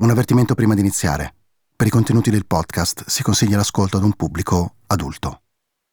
Un avvertimento prima di iniziare. Per i contenuti del podcast si consiglia l'ascolto ad un pubblico adulto.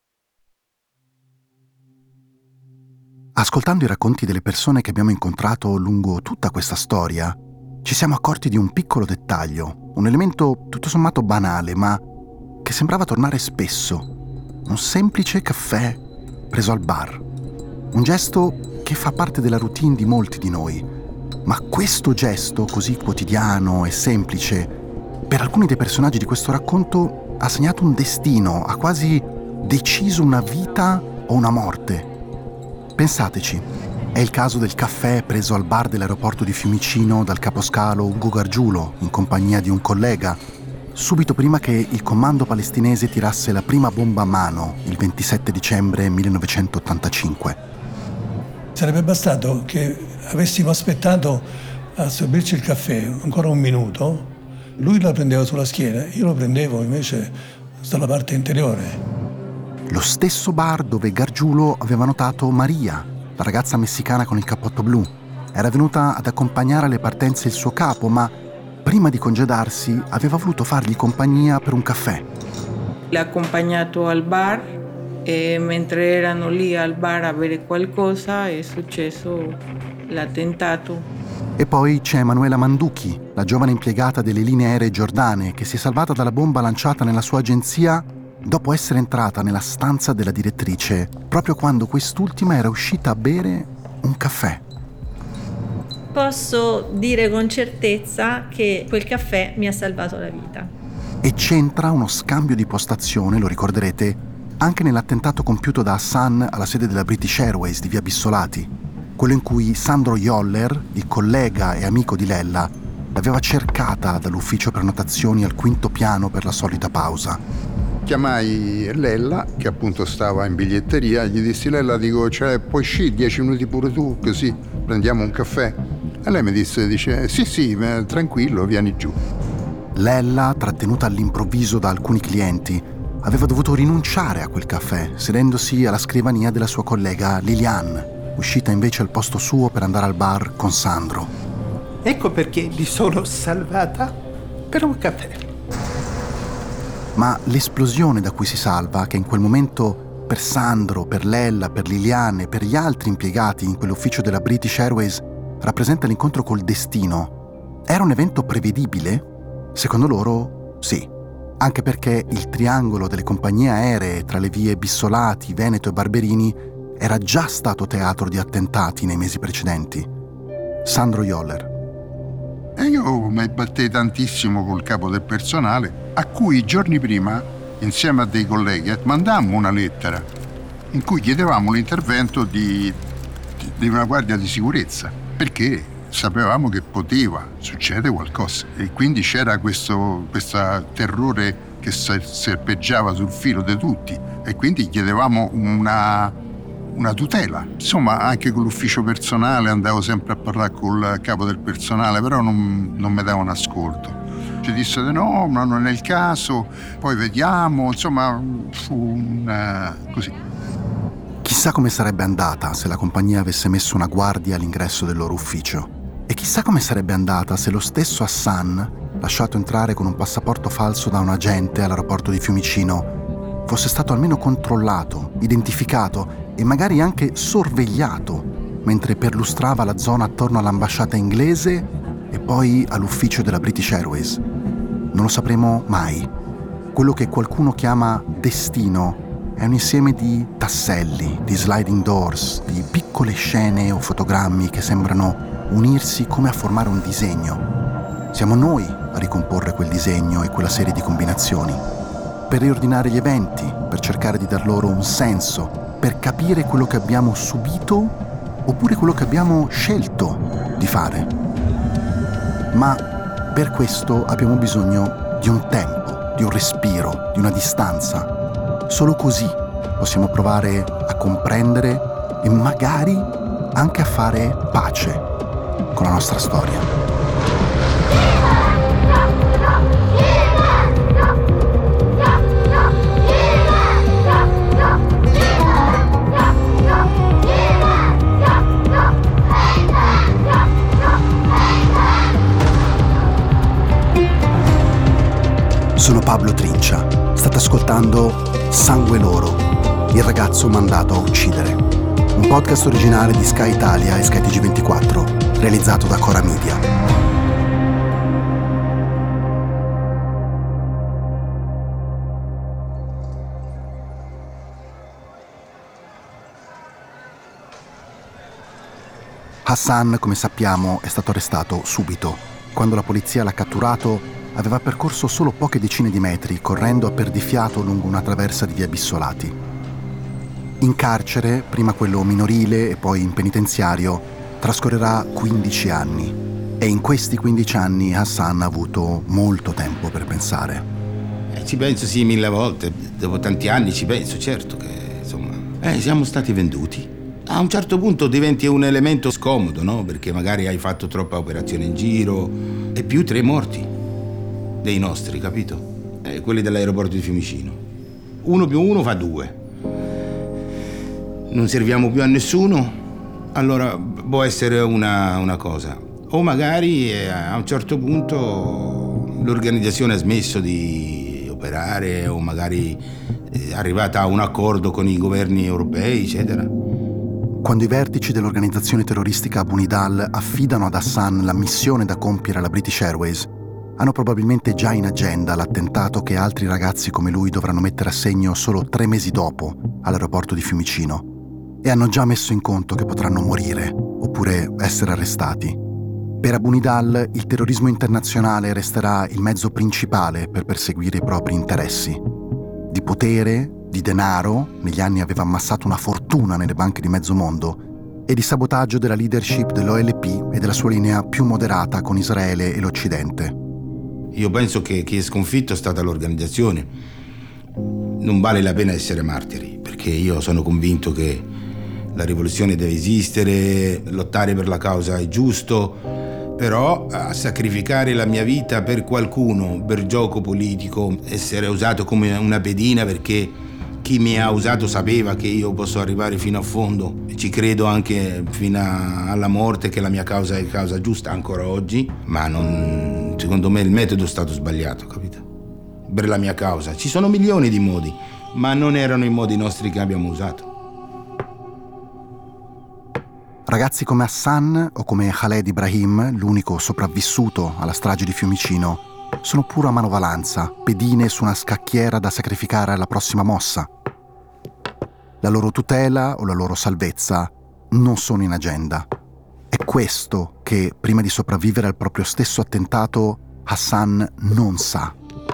Ascoltando i racconti delle persone che abbiamo incontrato lungo tutta questa storia, ci siamo accorti di un piccolo dettaglio, un elemento tutto sommato banale, ma che sembrava tornare spesso. Un semplice caffè preso al bar. Un gesto che fa parte della routine di molti di noi. Ma questo gesto, così quotidiano e semplice, per alcuni dei personaggi di questo racconto ha segnato un destino, ha quasi deciso una vita o una morte. Pensateci, è il caso del caffè preso al bar dell'aeroporto di Fiumicino dal caposcalo Ugo Gargiulo in compagnia di un collega, subito prima che il comando palestinese tirasse la prima bomba a mano il 27 dicembre 1985. Sarebbe bastato che avessimo aspettato a sorbirci il caffè ancora un minuto, lui la prendeva sulla schiena, io lo prendevo invece dalla parte interiore. Lo stesso bar dove Gargiulo aveva notato Maria, la ragazza messicana con il cappotto blu. Era venuta ad accompagnare alle partenze il suo capo, ma prima di congedarsi aveva voluto fargli compagnia per un caffè. L'ha accompagnato al bar e mentre erano lì al bar a bere qualcosa è successo l'attentato. E poi c'è Emanuela Manducchi, la giovane impiegata delle linee aeree giordane che si è salvata dalla bomba lanciata nella sua agenzia dopo essere entrata nella stanza della direttrice proprio quando quest'ultima era uscita a bere un caffè. Posso dire con certezza che quel caffè mi ha salvato la vita. E c'entra uno scambio di postazione, lo ricorderete, anche nell'attentato compiuto da Hassan alla sede della British Airways di via Bissolati, quello in cui Sandro Joller, il collega e amico di Lella, l'aveva cercata dall'ufficio prenotazioni al quinto piano per la solita pausa. Chiamai Lella, che appunto stava in biglietteria, gli dissi: Lella, dico, puoi uscire 10 minuti pure tu, così prendiamo un caffè? E lei mi dice, sì, tranquillo, vieni giù. Lella, trattenuta all'improvviso da alcuni clienti, aveva dovuto rinunciare a quel caffè, sedendosi alla scrivania della sua collega Liliane, uscita invece al posto suo per andare al bar con Sandro. Ecco perché mi sono salvata per un caffè. Ma l'esplosione da cui si salva, che in quel momento per Sandro, per Lella, per Liliane e per gli altri impiegati in quell'ufficio della British Airways rappresenta l'incontro col destino, era un evento prevedibile? Secondo loro, sì. Anche perché il triangolo delle compagnie aeree tra le vie Bissolati, Veneto e Barberini era già stato teatro di attentati nei mesi precedenti. Sandro Joller. E io mi battei tantissimo col capo del personale, a cui giorni prima, insieme a dei colleghi, mandammo una lettera in cui chiedevamo l'intervento di una guardia di sicurezza, perché sapevamo che poteva succedere qualcosa e quindi c'era questo terrore che serpeggiava sul filo di tutti e quindi chiedevamo una tutela. Insomma, anche con l'ufficio personale andavo sempre a parlare col capo del personale, però non mi davano ascolto. Ci dissero no, ma non è il caso, poi vediamo, insomma fu così. Chissà come sarebbe andata se la compagnia avesse messo una guardia all'ingresso del loro ufficio. E chissà come sarebbe andata se lo stesso Hassan, lasciato entrare con un passaporto falso da un agente all'aeroporto di Fiumicino, fosse stato almeno controllato, identificato e magari anche sorvegliato mentre perlustrava la zona attorno all'ambasciata inglese e poi all'ufficio della British Airways. Non lo sapremo mai. Quello che qualcuno chiama destino è un insieme di tasselli, di sliding doors, di piccole scene o fotogrammi che sembrano unirsi come a formare un disegno. Siamo noi a ricomporre quel disegno e quella serie di combinazioni, per riordinare gli eventi, per cercare di dar loro un senso, per capire quello che abbiamo subito oppure quello che abbiamo scelto di fare. Ma per questo abbiamo bisogno di un tempo, di un respiro, di una distanza. Solo così possiamo provare a comprendere e magari anche a fare pace con la nostra storia. Sono Pablo Trincia. State ascoltando Sangue Loro, il ragazzo mandato a uccidere. Un podcast originale di Sky Italia e Sky TG24, realizzato da Cora Media. Hassan, come sappiamo, è stato arrestato subito. Quando la polizia l'ha catturato, aveva percorso solo poche decine di metri, correndo a perdifiato lungo una traversa di via Bissolati. In carcere, prima quello minorile e poi in penitenziario, trascorrerà 15 anni. E in questi 15 anni Hassan ha avuto molto tempo per pensare. Ci penso sì 1000 volte. Dopo tanti anni ci penso, certo che insomma... siamo stati venduti. A un certo punto diventi un elemento scomodo, no? Perché magari hai fatto troppa operazione in giro. E più 3 morti. Dei nostri, capito? Quelli dell'aeroporto di Fiumicino. 1 più 1 fa 2. Non serviamo più a nessuno, allora può essere una cosa. O magari a un certo punto l'organizzazione ha smesso di operare, o magari è arrivata a un accordo con i governi europei, eccetera. Quando i vertici dell'organizzazione terroristica Abu Nidal affidano ad Hassan la missione da compiere alla British Airways, hanno probabilmente già in agenda l'attentato che altri ragazzi come lui dovranno mettere a segno solo 3 mesi dopo all'aeroporto di Fiumicino, e hanno già messo in conto che potranno morire oppure essere arrestati. Per Abu Nidal il terrorismo internazionale resterà il mezzo principale per perseguire i propri interessi. Di potere, di denaro, negli anni aveva ammassato una fortuna nelle banche di mezzo mondo, e di sabotaggio della leadership dell'OLP e della sua linea più moderata con Israele e l'Occidente. Io penso che chi è sconfitto è stata l'organizzazione. Non vale la pena essere martiri, perché io sono convinto che la rivoluzione deve esistere, lottare per la causa è giusto, però a sacrificare la mia vita per qualcuno, per gioco politico, essere usato come una pedina perché chi mi ha usato sapeva che io posso arrivare fino a fondo, e ci credo anche fino alla morte che la mia causa è causa giusta ancora oggi, ma non, secondo me il metodo è stato sbagliato, capito? Per la mia causa. Ci sono milioni di modi, ma non erano i modi nostri che abbiamo usato. Ragazzi come Hassan o come Khaled Ibrahim, l'unico sopravvissuto alla strage di Fiumicino, sono pura manovalanza, pedine su una scacchiera da sacrificare alla prossima mossa. La loro tutela o la loro salvezza non sono in agenda. È questo che, prima di sopravvivere al proprio stesso attentato, Hassan non sa.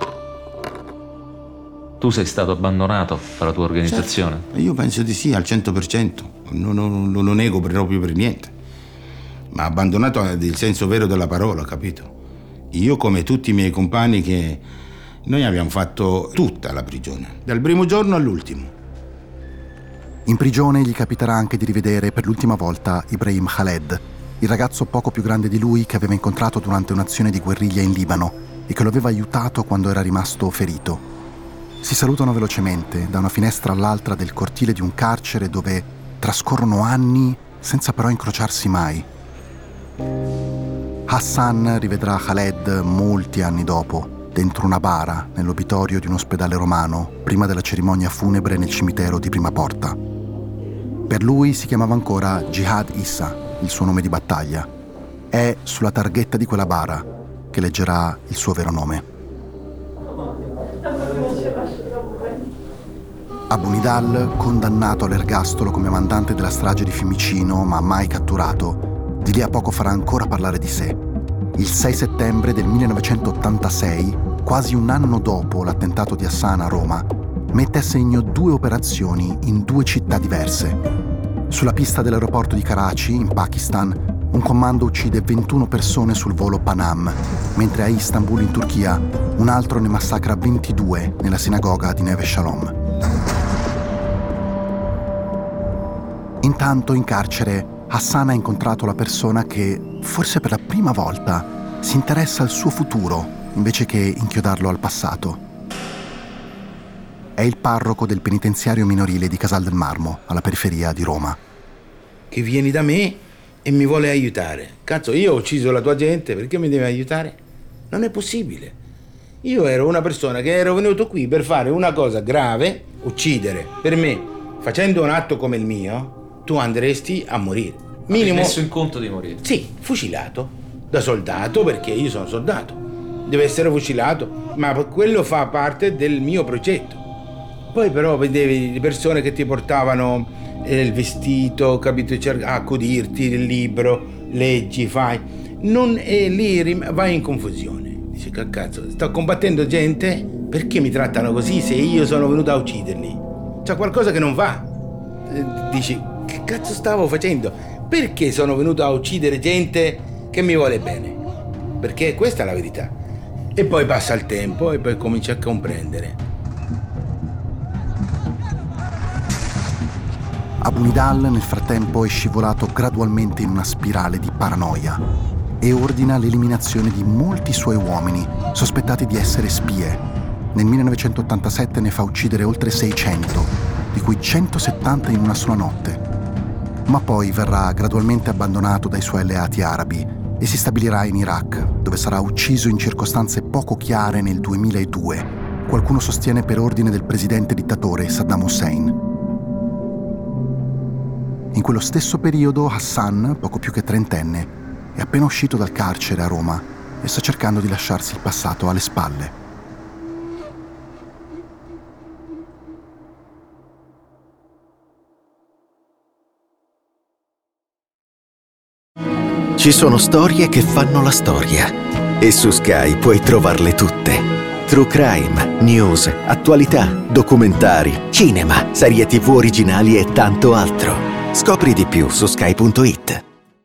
Tu sei stato abbandonato dalla tua organizzazione? Certo. Io penso di sì, al 100%. Non lo nego proprio per niente. Ma abbandonato nel senso vero della parola, capito? Io, come tutti i miei compagni, che noi abbiamo fatto tutta la prigione, dal primo giorno all'ultimo. In prigione gli capiterà anche di rivedere per l'ultima volta Ibrahim Khaled, il ragazzo poco più grande di lui che aveva incontrato durante un'azione di guerriglia in Libano e che lo aveva aiutato quando era rimasto ferito. Si salutano velocemente da una finestra all'altra del cortile di un carcere dove trascorrono anni senza però incrociarsi mai. Hassan rivedrà Khaled molti anni dopo, dentro una bara nell'obitorio di un ospedale romano, prima della cerimonia funebre nel cimitero di Prima Porta. Per lui si chiamava ancora Jihad Issa, il suo nome di battaglia. È sulla targhetta di quella bara che leggerà il suo vero nome. Abu Nidal, condannato all'ergastolo come mandante della strage di Fiumicino, ma mai catturato, di lì a poco farà ancora parlare di sé. Il 6 settembre del 1986, quasi un anno dopo l'attentato di Hassan a Roma, mette a segno 2 operazioni in 2 città diverse. Sulla pista dell'aeroporto di Karachi, in Pakistan, un comando uccide 21 persone sul volo Pan Am, mentre a Istanbul, in Turchia, un altro ne massacra 22 nella sinagoga di Neve Shalom. Intanto, in carcere, Hassan ha incontrato la persona che, forse per la prima volta, si interessa al suo futuro invece che inchiodarlo al passato. È il parroco del penitenziario minorile di Casal del Marmo, alla periferia di Roma. Che vieni da me e mi vuole aiutare. Cazzo, io ho ucciso la tua gente, perché mi devi aiutare? Non è possibile. Io ero una persona che ero venuto qui per fare una cosa grave, uccidere. Per me, facendo un atto come il mio, tu andresti a morire. Minimo. Hai messo in conto di morire? Sì, fucilato da soldato, perché io sono soldato. Deve essere fucilato, ma quello fa parte del mio progetto. Poi però vedevi le persone che ti portavano il vestito, capito, a accudirti, il libro, leggi, fai. E lì vai in confusione. Dici, che cazzo, sto combattendo gente, perché mi trattano così se io sono venuto a ucciderli? C'è qualcosa che non va. Dici, che cazzo stavo facendo? Perché sono venuto a uccidere gente che mi vuole bene? Perché questa è la verità. E poi passa il tempo e poi cominci a comprendere. Abu Nidal nel frattempo è scivolato gradualmente in una spirale di paranoia e ordina l'eliminazione di molti suoi uomini sospettati di essere spie. Nel 1987 ne fa uccidere oltre 600, di cui 170 in una sola notte. Ma poi verrà gradualmente abbandonato dai suoi alleati arabi e si stabilirà in Iraq, dove sarà ucciso in circostanze poco chiare nel 2002. Qualcuno sostiene per ordine del presidente dittatore Saddam Hussein. In quello stesso periodo Hassan, poco più che trentenne, è appena uscito dal carcere a Roma e sta cercando di lasciarsi il passato alle spalle. Ci sono storie che fanno la storia e su Sky puoi trovarle tutte. True crime, news, attualità, documentari, cinema, serie TV originali e tanto altro. Scopri di più su sky.it.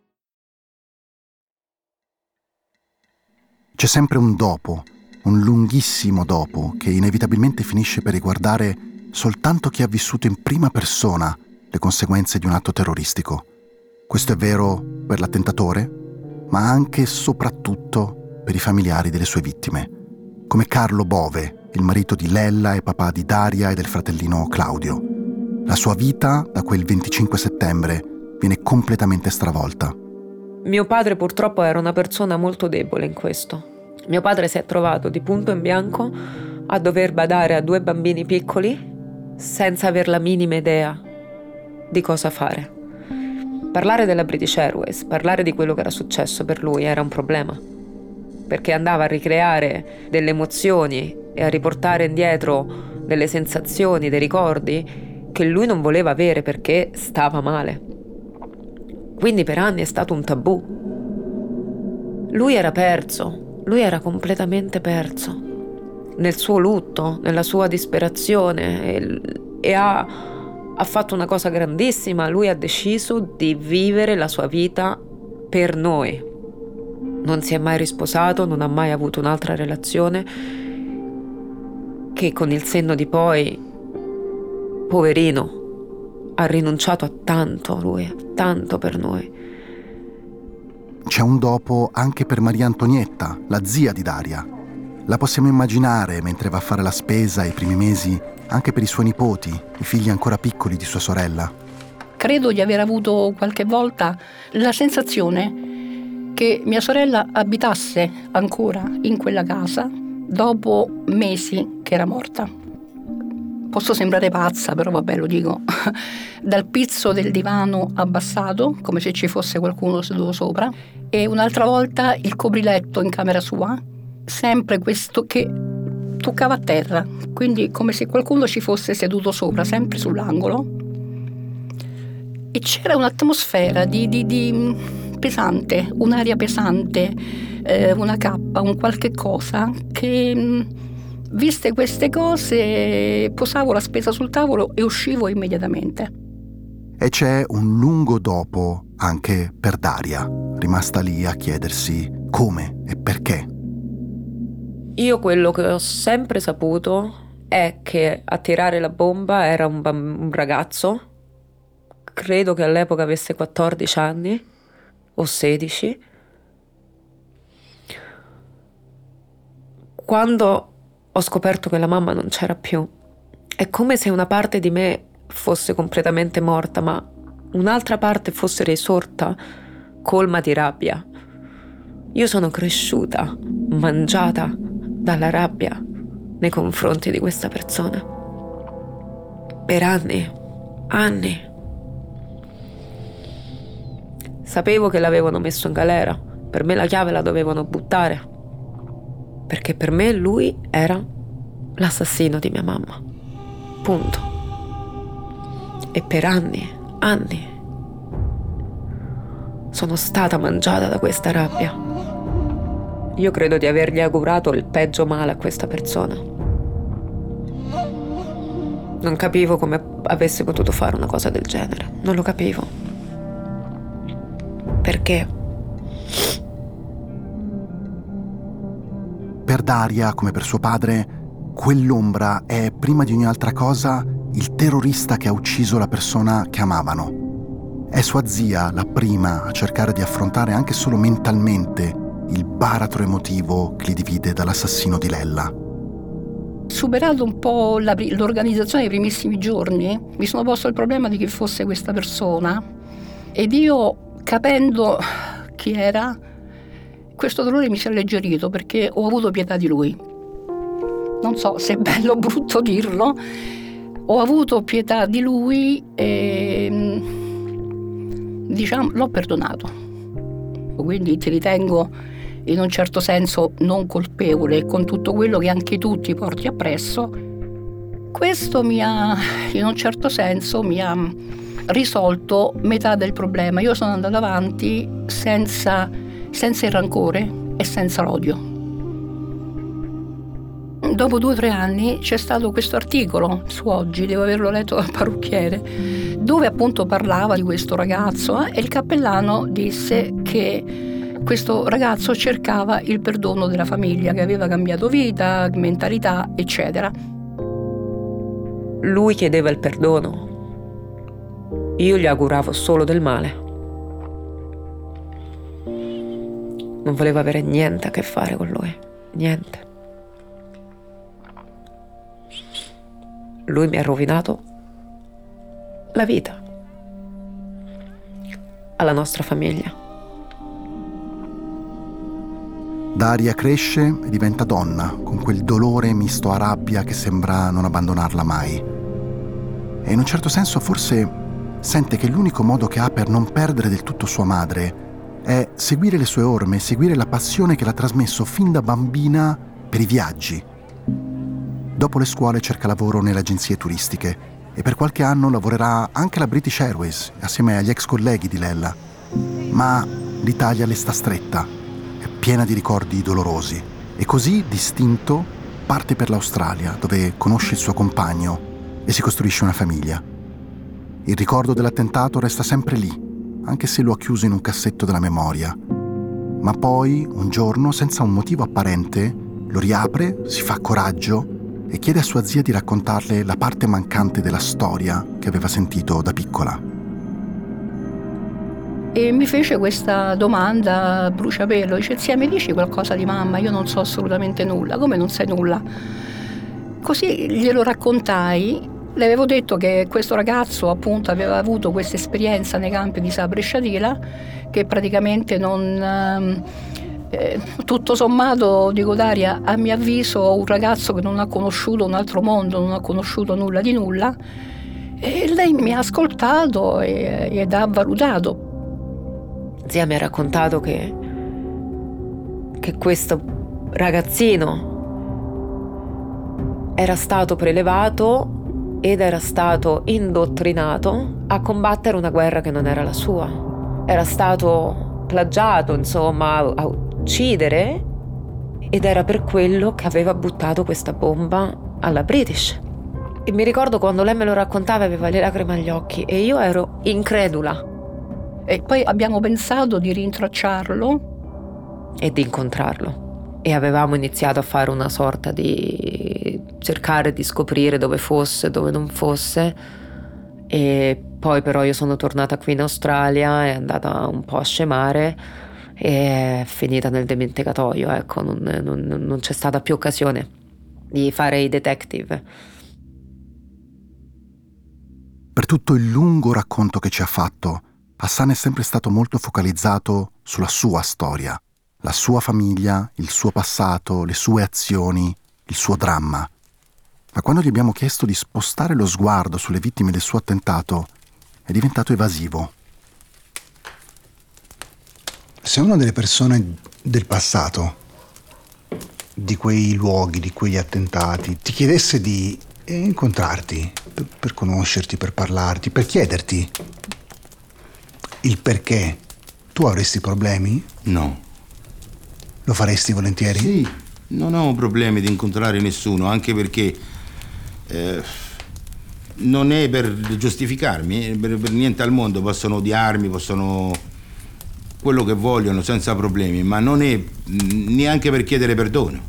C'è sempre un dopo, un lunghissimo dopo, che inevitabilmente finisce per riguardare soltanto chi ha vissuto in prima persona le conseguenze di un atto terroristico. Questo è vero per l'attentatore, ma anche e soprattutto per i familiari delle sue vittime, come Carlo Bove, il marito di Lella e papà di Daria e del fratellino Claudio. La sua vita, da quel 25 settembre, viene completamente stravolta. Mio padre purtroppo era una persona molto debole in questo. Mio padre si è trovato di punto in bianco a dover badare a 2 bambini piccoli senza aver la minima idea di cosa fare. Parlare della British Airways, parlare di quello che era successo per lui era un problema, perché andava a ricreare delle emozioni e a riportare indietro delle sensazioni, dei ricordi che lui non voleva avere perché stava male. Quindi per anni è stato un tabù. Lui era perso, lui era completamente perso nel suo lutto, nella sua disperazione e ha fatto una cosa grandissima. Lui ha deciso di vivere la sua vita per noi. Non si è mai risposato, non ha mai avuto un'altra relazione, che con il senno di poi, poverino, ha rinunciato a tanto lui, a tanto per noi. C'è un dopo anche per Maria Antonietta, la zia di Daria. La possiamo immaginare mentre va a fare la spesa i primi mesi anche per i suoi nipoti, i figli ancora piccoli di sua sorella. Credo di aver avuto qualche volta la sensazione che mia sorella abitasse ancora in quella casa dopo mesi che era morta. Posso sembrare pazza, però vabbè, lo dico. Dal pizzo del divano abbassato, come se ci fosse qualcuno seduto sopra, e un'altra volta il copriletto in camera sua, sempre questo che toccava a terra, quindi come se qualcuno ci fosse seduto sopra, sempre sull'angolo. E c'era un'atmosfera di pesante, un'aria pesante, una cappa, un qualche cosa che... Viste queste cose, posavo la spesa sul tavolo e uscivo immediatamente. E c'è un lungo dopo anche per Daria, rimasta lì a chiedersi come e perché. Io quello che ho sempre saputo è che a tirare la bomba era un ragazzo, credo che all'epoca avesse 14 anni o 16. Quando ho scoperto che la mamma non c'era più, è come se una parte di me fosse completamente morta, ma un'altra parte fosse risorta, colma di rabbia. Io sono cresciuta, mangiata dalla rabbia nei confronti di questa persona. Per anni. Sapevo che l'avevano messo in galera. Per me la chiave la dovevano buttare. Perché per me lui era l'assassino di mia mamma. Punto. E per anni sono stata mangiata da questa rabbia. Io credo di avergli augurato il peggio male a questa persona. Non capivo come avesse potuto fare una cosa del genere. Non lo capivo. Perché? Per Daria, come per suo padre, quell'ombra è, prima di ogni altra cosa, il terrorista che ha ucciso la persona che amavano. È sua zia la prima a cercare di affrontare anche solo mentalmente il baratro emotivo che li divide dall'assassino di Lella. Superato un po' l'organizzazione dei primissimi giorni, mi sono posto il problema di chi fosse questa persona ed io, capendo chi era, questo dolore mi si è alleggerito perché ho avuto pietà di lui. Non so se è bello o brutto dirlo, ho avuto pietà di lui e diciamo l'ho perdonato. Quindi ti ritengo in un certo senso non colpevole con tutto quello che anche tu ti porti appresso. Questo in un certo senso mi ha risolto metà del problema. Io sono andata avanti senza il rancore e senza l'odio. Dopo 2 o 3 anni c'è stato questo articolo su Oggi, devo averlo letto dal parrucchiere, dove appunto parlava di questo ragazzo e il cappellano disse che questo ragazzo cercava il perdono della famiglia, che aveva cambiato vita, mentalità, eccetera. Lui chiedeva il perdono. Io gli auguravo solo del male. Non volevo avere niente a che fare con lui. Niente. Lui mi ha rovinato la vita. Alla nostra famiglia. Daria cresce e diventa donna, con quel dolore misto a rabbia che sembra non abbandonarla mai. E in un certo senso forse sente che l'unico modo che ha per non perdere del tutto sua madre è seguire le sue orme, seguire la passione che l'ha trasmesso fin da bambina per i viaggi. Dopo le scuole cerca lavoro nelle agenzie turistiche e per qualche anno lavorerà anche alla British Airways assieme agli ex colleghi di Lella. Ma l'Italia le sta stretta, è piena di ricordi dolorosi e così, distinto, parte per l'Australia, dove conosce il suo compagno e si costruisce una famiglia. Il ricordo dell'attentato resta sempre lì, anche se lo ha chiuso in un cassetto della memoria. Ma poi, un giorno, senza un motivo apparente, lo riapre, si fa coraggio e chiede a sua zia di raccontarle la parte mancante della storia che aveva sentito da piccola. E mi fece questa domanda a bruciapelo, dice: zia, mi dici qualcosa di mamma? Io non so assolutamente nulla. Come non sai nulla? Così glielo raccontai. Le avevo detto che questo ragazzo appunto aveva avuto questa esperienza nei campi di Sabra e Shatila, che praticamente non... tutto sommato, dico, Daria, a mio avviso un ragazzo che non ha conosciuto un altro mondo, non ha conosciuto nulla di nulla, e lei mi ha ascoltato ed ha valutato. Zia mi ha raccontato che questo ragazzino era stato prelevato ed era stato indottrinato a combattere una guerra che non era la sua. Era stato plagiato, insomma, a uccidere, ed era per quello che aveva buttato questa bomba alla British. E mi ricordo quando lei me lo raccontava aveva le lacrime agli occhi e io ero incredula. E poi abbiamo pensato di rintracciarlo e di incontrarlo. E avevamo iniziato a fare una sorta di cercare di scoprire dove fosse, dove non fosse. E poi però io sono tornata qui in Australia, è andata un po' a scemare e è finita nel dimenticatoio, ecco, non c'è stata più occasione di fare i detective. Per tutto il lungo racconto che ci ha fatto, Hassan è sempre stato molto focalizzato sulla sua storia, la sua famiglia, il suo passato, le sue azioni, il suo dramma. Ma quando gli abbiamo chiesto di spostare lo sguardo sulle vittime del suo attentato, è diventato evasivo. Se una delle persone del passato, di quei luoghi, di quegli attentati, ti chiedesse di incontrarti, per conoscerti, per parlarti, per chiederti il perché, tu avresti problemi? No. Lo faresti volentieri? Sì, non ho problemi di incontrare nessuno, anche perché non è per giustificarmi, per niente al mondo, possono odiarmi, possono quello che vogliono senza problemi, ma non è neanche per chiedere perdono.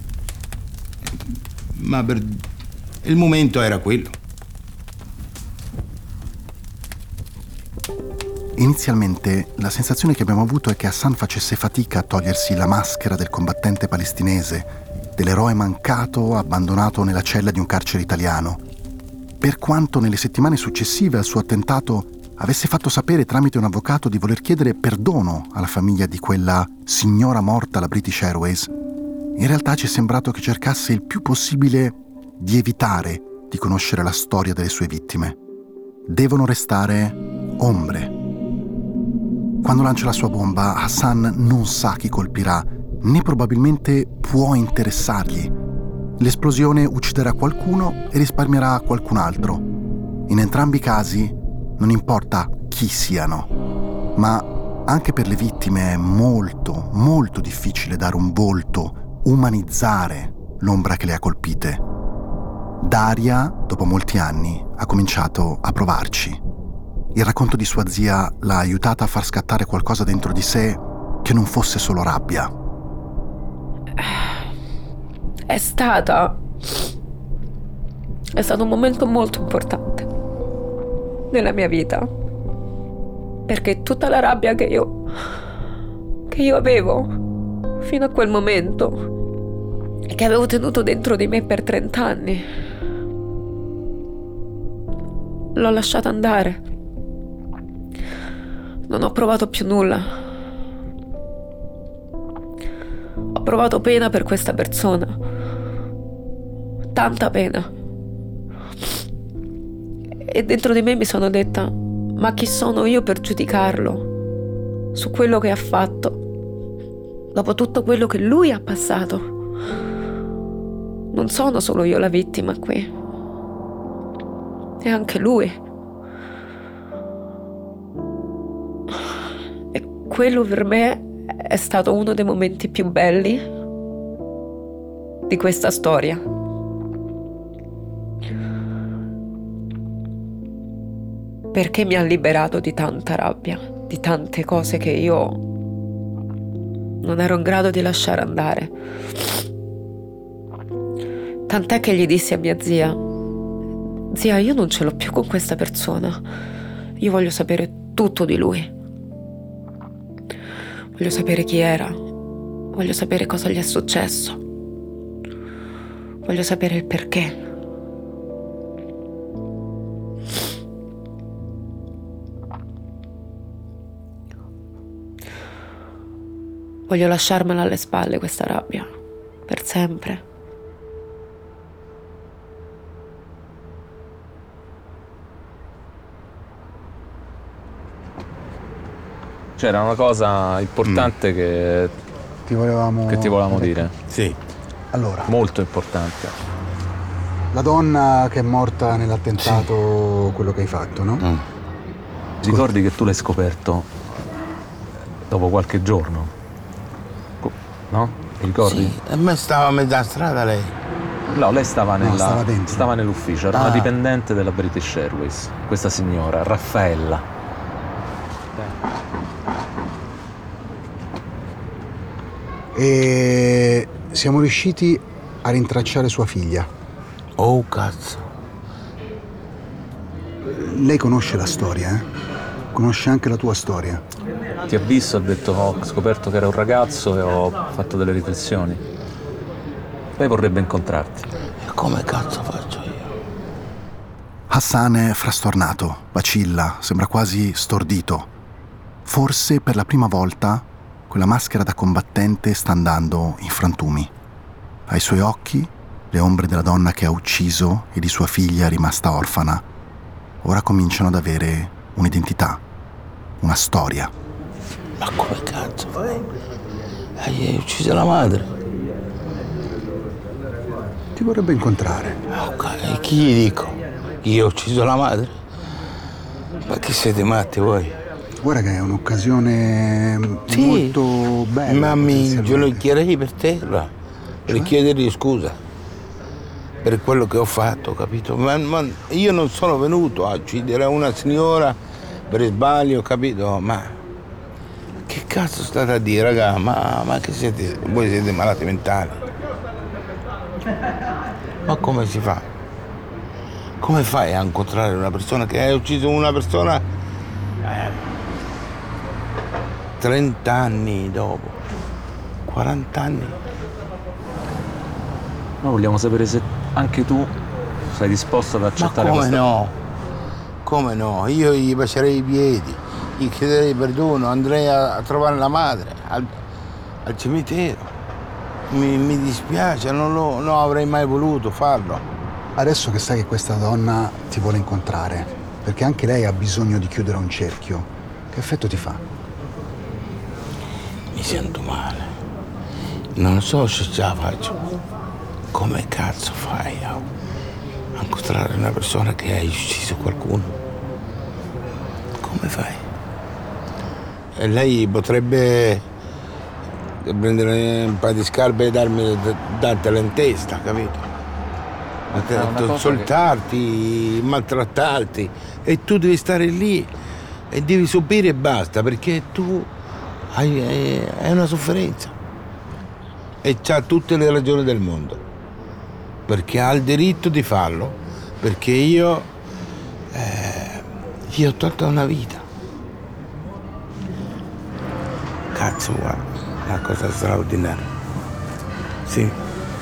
Ma il momento era quello. Inizialmente la sensazione che abbiamo avuto è che Hassan facesse fatica a togliersi la maschera del combattente palestinese, dell'eroe mancato, abbandonato nella cella di un carcere italiano. Per quanto nelle settimane successive al suo attentato avesse fatto sapere tramite un avvocato di voler chiedere perdono alla famiglia di quella signora morta alla British Airways, in realtà ci è sembrato che cercasse il più possibile di evitare di conoscere la storia delle sue vittime. Devono restare ombre. Quando lancia la sua bomba, Hassan non sa chi colpirà, né probabilmente può interessargli. L'esplosione ucciderà qualcuno e risparmierà qualcun altro. In entrambi i casi non importa chi siano, ma anche per le vittime è molto, molto difficile dare un volto, umanizzare l'ombra che le ha colpite. Daria, dopo molti anni, ha cominciato a provarci. Il racconto di sua zia l'ha aiutata a far scattare qualcosa dentro di sé che non fosse solo rabbia. È stato un momento molto importante nella mia vita, perché tutta la rabbia che io avevo fino a quel momento e che avevo tenuto dentro di me per 30 anni l'ho lasciata andare. Non ho provato più nulla. Ho provato pena per questa persona. Tanta pena. E dentro di me mi sono detta: ma chi sono io per giudicarlo su quello che ha fatto, dopo tutto quello che lui ha passato? Non sono solo io la vittima qui, è anche lui. E quello per me è stato uno dei momenti più belli di questa storia. Perché mi ha liberato di tanta rabbia, di tante cose che io non ero in grado di lasciare andare. Tant'è che gli dissi a mia zia: zia, io non ce l'ho più con questa persona. Io voglio sapere tutto di lui. Voglio sapere chi era. Voglio sapere cosa gli è successo. Voglio sapere il perché. Voglio lasciarmela alle spalle questa rabbia, per sempre. C'era una cosa importante che ti volevamo dire. Sì. Allora, molto importante. La donna che è morta nell'attentato, sì, quello che hai fatto, no? Ricordi che tu l'hai scoperto dopo qualche giorno? No? Ti ricordi? Sì, e me stava a metà strada lei. No, lei stava stava nell'ufficio, era una dipendente della British Airways, questa signora, Raffaella. E siamo riusciti a rintracciare sua figlia. Oh, cazzo. Lei conosce la storia, eh? Conosce anche la tua storia. Ti ha visto, ha detto: ho scoperto che era un ragazzo e ho fatto delle riflessioni. Lei vorrebbe incontrarti. E come cazzo faccio io? Hassan è frastornato, vacilla, sembra quasi stordito. Forse per la prima volta quella maschera da combattente sta andando in frantumi. Ai suoi occhi le ombre della donna che ha ucciso e di sua figlia rimasta orfana ora cominciano ad avere un'identità, una storia. Ma come cazzo fai? Hai ucciso la madre? Ti vorrebbe incontrare. Ok, e chi gli dico? Io ho ucciso la madre? Ma che siete matti voi? Guarda che è un'occasione molto bella. Ma mi ginocchierei per terra per chiedergli scusa per quello che ho fatto, capito? Ma io non sono venuto a uccidere una signora per sbaglio, capito? Ma che cazzo state a dire, raga? Ma che siete? Voi siete malati mentali? Ma come si fa? Come fai a incontrare una persona che hai ucciso una persona 30 anni dopo, 40 anni? Noi vogliamo sapere se anche tu sei disposto ad accettare Ma come questa... no? Come no? Io gli bacerei i piedi, gli chiederei perdono, andrei a trovare la madre al cimitero. Mi dispiace, non avrei mai voluto farlo. Adesso che sai che questa donna ti vuole incontrare, perché anche lei ha bisogno di chiudere un cerchio, che effetto ti fa? Mi sento male. Non so se ce la faccio. Come cazzo fai a incontrare una persona che hai ucciso qualcuno? Come fai? E lei potrebbe prendere un paio di scarpe e dartela in testa, capito? Insultarti, maltrattarti, e tu devi stare lì e devi subire e basta, perché tu hai una sofferenza e c'ha tutte le ragioni del mondo, perché ha il diritto di farlo, perché io ho tolto una vita. Cazzo, guarda, una cosa straordinaria. Sì.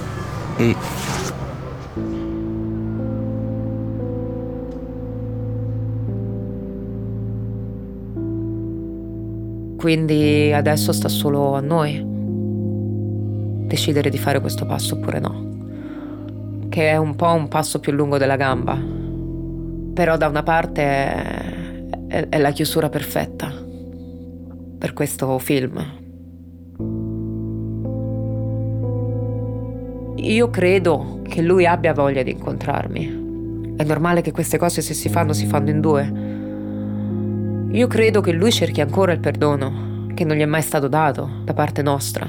Quindi adesso sta solo a noi decidere di fare questo passo oppure no, che è un po' un passo più lungo della gamba, però da una parte è la chiusura perfetta per questo film. Io credo che lui abbia voglia di incontrarmi. È normale che queste cose, se si fanno in due. Io credo che lui cerchi ancora il perdono, che non gli è mai stato dato da parte nostra.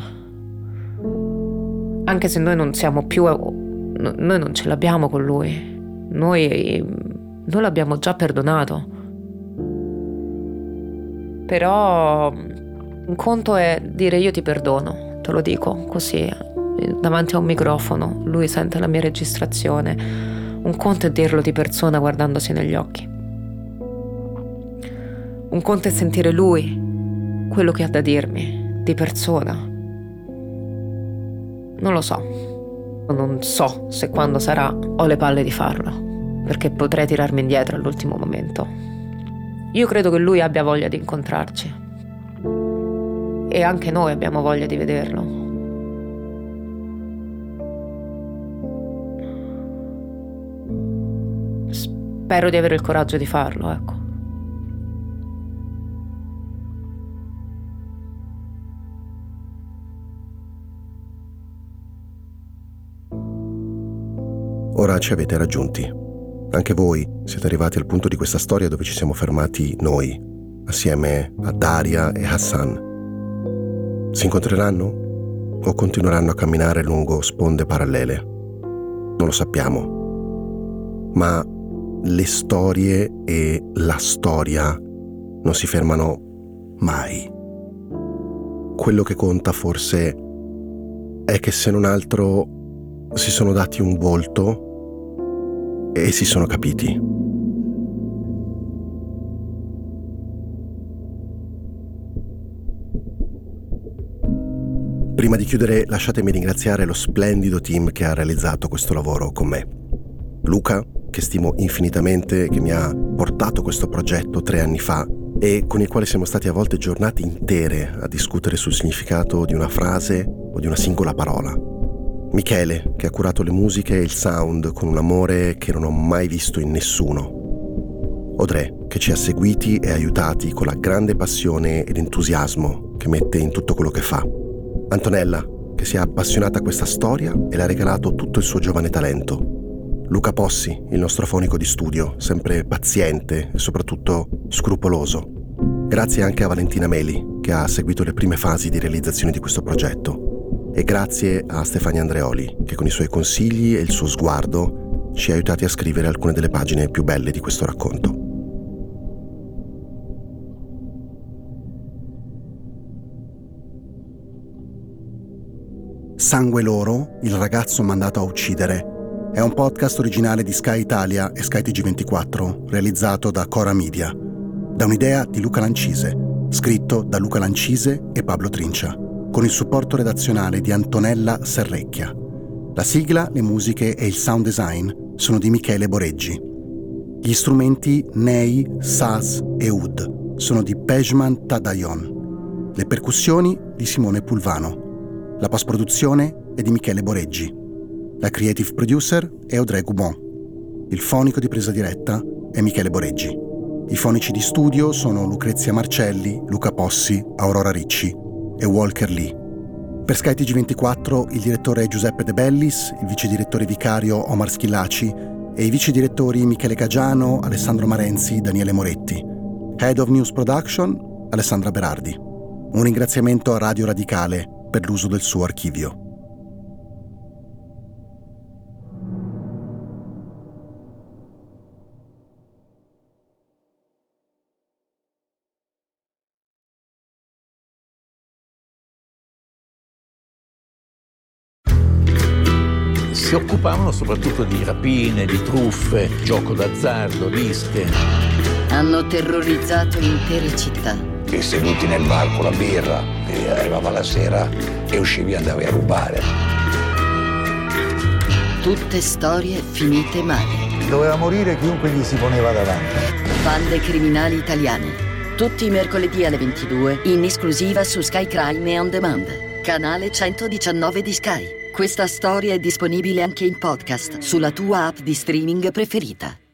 Anche se noi non siamo più... Noi non ce l'abbiamo con lui. Noi l'abbiamo già perdonato. Però un conto è dire io ti perdono, te lo dico così, davanti a un microfono, lui sente la mia registrazione. Un conto è dirlo di persona guardandosi negli occhi. Un conto è sentire lui, quello che ha da dirmi, di persona. Non lo so. Non so se quando sarà ho le palle di farlo, perché potrei tirarmi indietro all'ultimo momento. Io credo che lui abbia voglia di incontrarci. E anche noi abbiamo voglia di vederlo. Spero di avere il coraggio di farlo, ecco. Ora ci avete raggiunti. Anche voi siete arrivati al punto di questa storia dove ci siamo fermati noi, assieme a Daria e Hassan. Si incontreranno o continueranno a camminare lungo sponde parallele? Non lo sappiamo. Ma le storie e la storia non si fermano mai. Quello che conta forse è che, se non altro, si sono dati un volto e si sono capiti. Prima di chiudere, lasciatemi ringraziare lo splendido team che ha realizzato questo lavoro con me. Luca, che stimo infinitamente, che mi ha portato questo progetto 3 anni fa e con il quale siamo stati a volte giornate intere a discutere sul significato di una frase o di una singola parola. Michele, che ha curato le musiche e il sound con un amore che non ho mai visto in nessuno. Audrey, che ci ha seguiti e aiutati con la grande passione ed entusiasmo che mette in tutto quello che fa. Antonella, che si è appassionata a questa storia e le ha regalato tutto il suo giovane talento. Luca Possi, il nostro fonico di studio, sempre paziente e soprattutto scrupoloso. Grazie anche a Valentina Meli, che ha seguito le prime fasi di realizzazione di questo progetto. E grazie a Stefania Andreoli, che con i suoi consigli e il suo sguardo ci ha aiutati a scrivere alcune delle pagine più belle di questo racconto. Sangue loro, il ragazzo mandato a uccidere, è un podcast originale di Sky Italia e Sky TG24, realizzato da Cora Media, da un'idea di Luca Lancise, scritto da Luca Lancise e Pablo Trincia, con il supporto redazionale di Antonella Serrecchia. La sigla, le musiche e il sound design sono di Michele Boreggi. Gli strumenti Ney, Saz e Oud sono di Pejman Tadayon. Le percussioni di Simone Pulvano. La post-produzione è di Michele Boreggi. La creative producer è Audrey Goubon. Il fonico di presa diretta è Michele Boreggi. I fonici di studio sono Lucrezia Marcelli, Luca Possi, Aurora Ricci e Walker Lee. Per Sky TG24 il direttore è Giuseppe De Bellis, il vice direttore vicario Omar Schillaci e i vice direttori Michele Cagiano, Alessandro Marenzi, Daniele Moretti. Head of News Production, Alessandra Berardi. Un ringraziamento a Radio Radicale per l'uso del suo archivio. Si occupavano soprattutto di rapine, di truffe, gioco d'azzardo, liste. Hanno terrorizzato intere città. E seduti nel bar con la birra, e arrivava la sera e uscivi e andavi a rubare. Tutte storie finite male. Doveva morire chiunque gli si poneva davanti. Bande criminali italiane. Tutti i mercoledì alle 22, in esclusiva su Sky Crime e On Demand. Canale 119 di Sky. Questa storia è disponibile anche in podcast sulla tua app di streaming preferita.